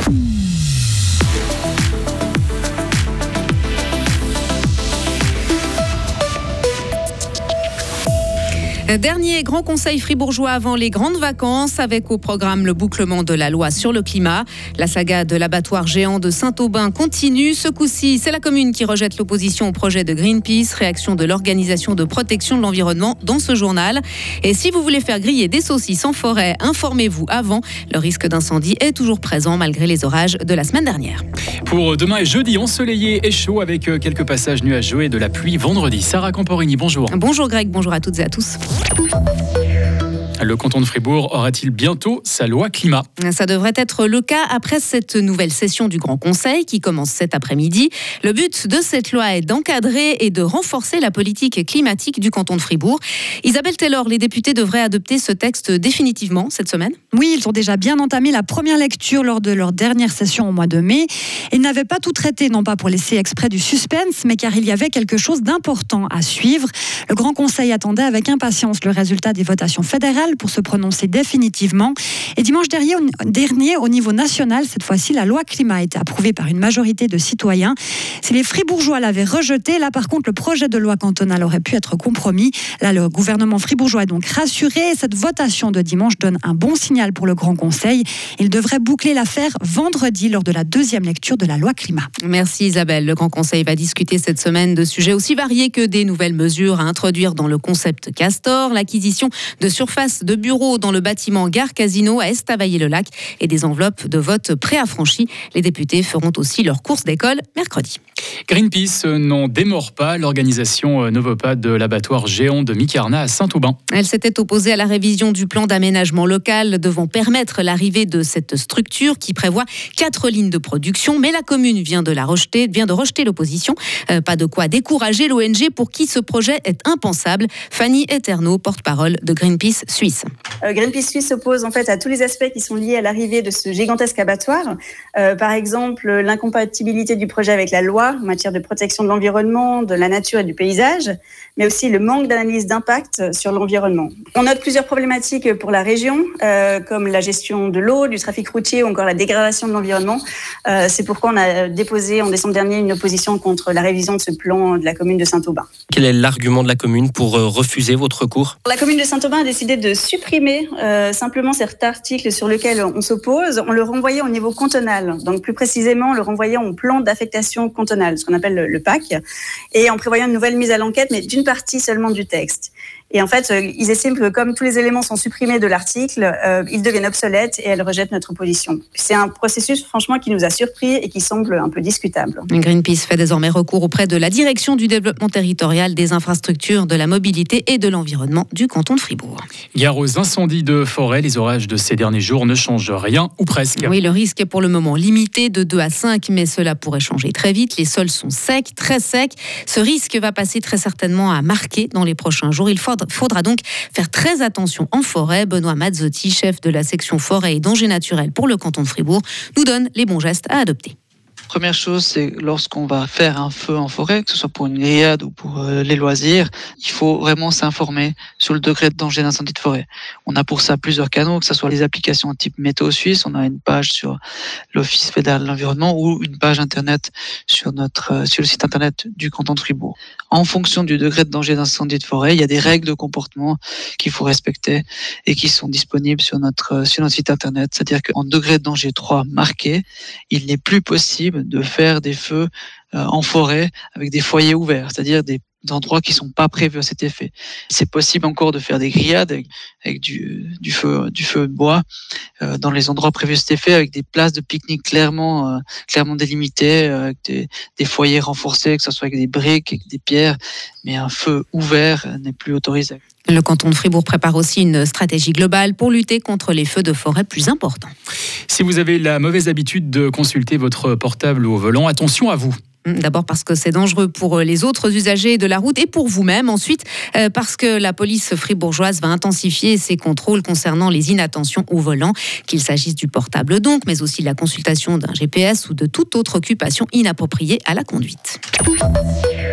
Dernier grand conseil fribourgeois avant les grandes vacances, avec au programme le bouclement de la loi sur le climat. La saga de l'abattoir géant de Saint-Aubin continue. Ce coup-ci, c'est la commune qui rejette l'opposition au projet de Greenpeace. Réaction de l'organisation de protection de l'environnement dans ce journal. Et si vous voulez faire griller des saucisses en forêt, informez-vous avant. Le risque d'incendie est toujours présent malgré les orages de la semaine dernière. Pour demain et jeudi, ensoleillé et chaud avec quelques passages nuageux et de la pluie vendredi. Sarah Camporini, bonjour. Bonjour Greg, bonjour à toutes et à tous. Le canton de Fribourg aura-t-il bientôt sa loi climat ? Ça devrait être le cas après cette nouvelle session du Grand Conseil qui commence cet après-midi. Le but de cette loi est d'encadrer et de renforcer la politique climatique du canton de Fribourg. Isabelle Taylor, les députés devraient adopter ce texte définitivement cette semaine ? Oui, ils ont déjà bien entamé la première lecture lors de leur dernière session au mois de mai. Ils n'avaient pas tout traité, non pas pour laisser exprès du suspense, mais car il y avait quelque chose d'important à suivre. Le Grand Conseil attendait avec impatience le résultat des votations fédérales pour se prononcer définitivement. Et dimanche dernier, au niveau national, cette fois-ci, la loi climat a été approuvée par une majorité de citoyens. Si les Fribourgeois l'avaient rejetée, là par contre, le projet de loi cantonale aurait pu être compromis. Là, le gouvernement fribourgeois est donc rassuré. Cette votation de dimanche donne un bon signal pour le Grand Conseil. Il devrait boucler l'affaire vendredi lors de la deuxième lecture de la loi climat. Merci Isabelle. Le Grand Conseil va discuter cette semaine de sujets aussi variés que des nouvelles mesures à introduire dans le concept Castor, l'acquisition de surfaces de bureaux dans le bâtiment Gare Casino à Estavayer-le-Lac et des enveloppes de vote préaffranchies. Les députés feront aussi leur course d'école mercredi. Greenpeace n'en démord pas. L'organisation ne veut pas de l'abattoir géant de Micarna à Saint-Aubin. Elle s'était opposée à la révision du plan d'aménagement local devant permettre l'arrivée de cette structure qui prévoit 4 lignes de production. Mais la commune vient de rejeter l'opposition. Pas de quoi décourager l'ONG pour qui ce projet est impensable. Fanny Eterno, porte-parole de Greenpeace Suisse. Greenpeace Suisse s'oppose en fait à tous les aspects qui sont liés à l'arrivée de ce gigantesque abattoir. Par exemple, l'incompatibilité du projet avec la loi en matière de protection de l'environnement, de la nature et du paysage, mais aussi le manque d'analyse d'impact sur l'environnement. On note plusieurs problématiques pour la région, comme la gestion de l'eau, du trafic routier ou encore la dégradation de l'environnement. C'est pourquoi on a déposé en décembre dernier une opposition contre la révision de ce plan de la commune de Saint-Aubin. Quel est l'argument de la commune pour refuser votre recours ? La commune de Saint-Aubin a décidé de supprimer simplement cet article sur lequel on s'oppose, en le renvoyant au niveau cantonal. Donc plus précisément, le renvoyant au plan d'affectation cantonale, ce qu'on appelle le PAC, et en prévoyant une nouvelle mise à l'enquête, mais d'une partie seulement du texte. Et en fait, ils estiment que comme tous les éléments sont supprimés de l'article, ils deviennent obsolètes et elles rejettent notre position. C'est un processus, franchement, qui nous a surpris et qui semble un peu discutable. Greenpeace fait désormais recours auprès de la Direction du développement territorial, des infrastructures, de la mobilité et de l'environnement du canton de Fribourg. Gare aux incendies de forêt, les orages de ces derniers jours ne changent rien, ou presque. Oui, le risque est pour le moment limité de 2 à 5, mais cela pourrait changer très vite. Les sols sont secs, très secs. Ce risque va passer très certainement à marquer dans les prochains jours. Il faudra donc faire très attention en forêt. Benoît Mazzotti, chef de la section forêt et dangers naturels pour le canton de Fribourg, nous donne les bons gestes à adopter. Première chose, c'est lorsqu'on va faire un feu en forêt, que ce soit pour une grillade ou pour les loisirs, il faut vraiment s'informer sur le degré de danger d'incendie de forêt. On a pour ça plusieurs canaux, que ce soit les applications type Météo Suisse, on a une page sur l'Office fédéral de l'environnement ou une page internet sur le site internet du canton de Fribourg. En fonction du degré de danger d'incendie de forêt, il y a des règles de comportement qu'il faut respecter et qui sont disponibles sur notre site internet. C'est-à-dire qu'en degré de danger 3 marqué, il n'est plus possible de faire des feux en forêt avec des foyers ouverts, c'est-à-dire des endroits qui sont pas prévus à cet effet. C'est possible encore de faire des grillades avec du feu de bois dans les endroits prévus à cet effet, avec des places de pique-nique clairement délimitées, avec des foyers renforcés, que ce soit avec des briques, avec des pierres, mais un feu ouvert n'est plus autorisé. Le canton de Fribourg prépare aussi une stratégie globale pour lutter contre les feux de forêt plus importants. Si vous avez la mauvaise habitude de consulter votre portable au volant, attention à vous. D'abord parce que c'est dangereux pour les autres usagers de la route et pour vous-même. Ensuite, parce que la police fribourgeoise va intensifier ses contrôles concernant les inattentions au volant, qu'il s'agisse du portable donc, mais aussi de la consultation d'un GPS ou de toute autre occupation inappropriée à la conduite.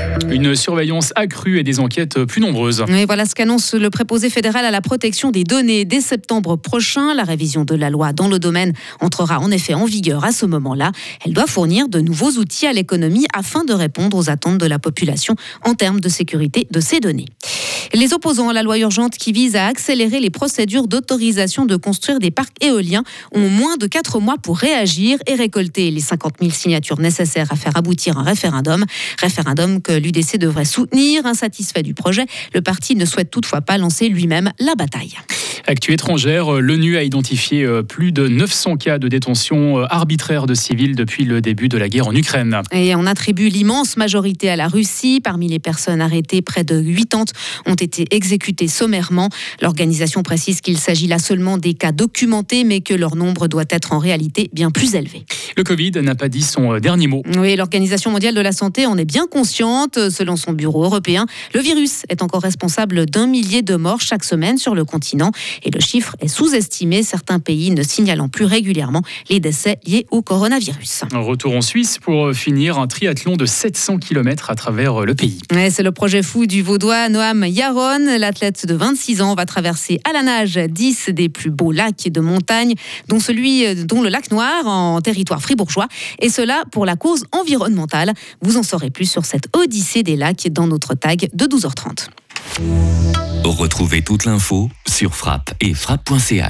Une surveillance accrue et des enquêtes plus nombreuses. Et voilà ce qu'annonce le préposé fédéral à la protection des données. Dès septembre prochain, la révision de la loi dans le domaine entrera en effet en vigueur à ce moment-là. Elle doit fournir de nouveaux outils à l'économie afin de répondre aux attentes de la population en termes de sécurité de ces données. Les opposants à la loi urgente qui vise à accélérer les procédures d'autorisation de construire des parcs éoliens ont moins de 4 mois pour réagir et récolter les 50 000 signatures nécessaires à faire aboutir un référendum. Référendum que l'UDC devrait soutenir. Insatisfait du projet, le parti ne souhaite toutefois pas lancer lui-même la bataille. Actu étrangère, l'ONU a identifié plus de 900 cas de détention arbitraire de civils depuis le début de la guerre en Ukraine. Et on attribue l'immense majorité à la Russie. Parmi les personnes arrêtées, près de 80 ont été exécutées sommairement. L'organisation précise qu'il s'agit là seulement des cas documentés, mais que leur nombre doit être en réalité bien plus élevé. Le Covid n'a pas dit son dernier mot. Oui, l'Organisation mondiale de la santé en est bien consciente. Selon son bureau européen, le virus est encore responsable d'1 millier de morts chaque semaine sur le continent. Et le chiffre est sous-estimé, certains pays ne signalant plus régulièrement les décès liés au coronavirus. Retour en Suisse pour finir un triathlon de 700 km à travers le pays. Ouais, c'est le projet fou du Vaudois Noam Yaron. L'athlète de 26 ans va traverser à la nage 10 des plus beaux lacs de montagne, dont le lac Noir en territoire fribourgeois. Et cela pour la cause environnementale. Vous en saurez plus sur cette odyssée des lacs dans notre tag de 12h30. Retrouvez toute l'info sur frappe et frappe.ch.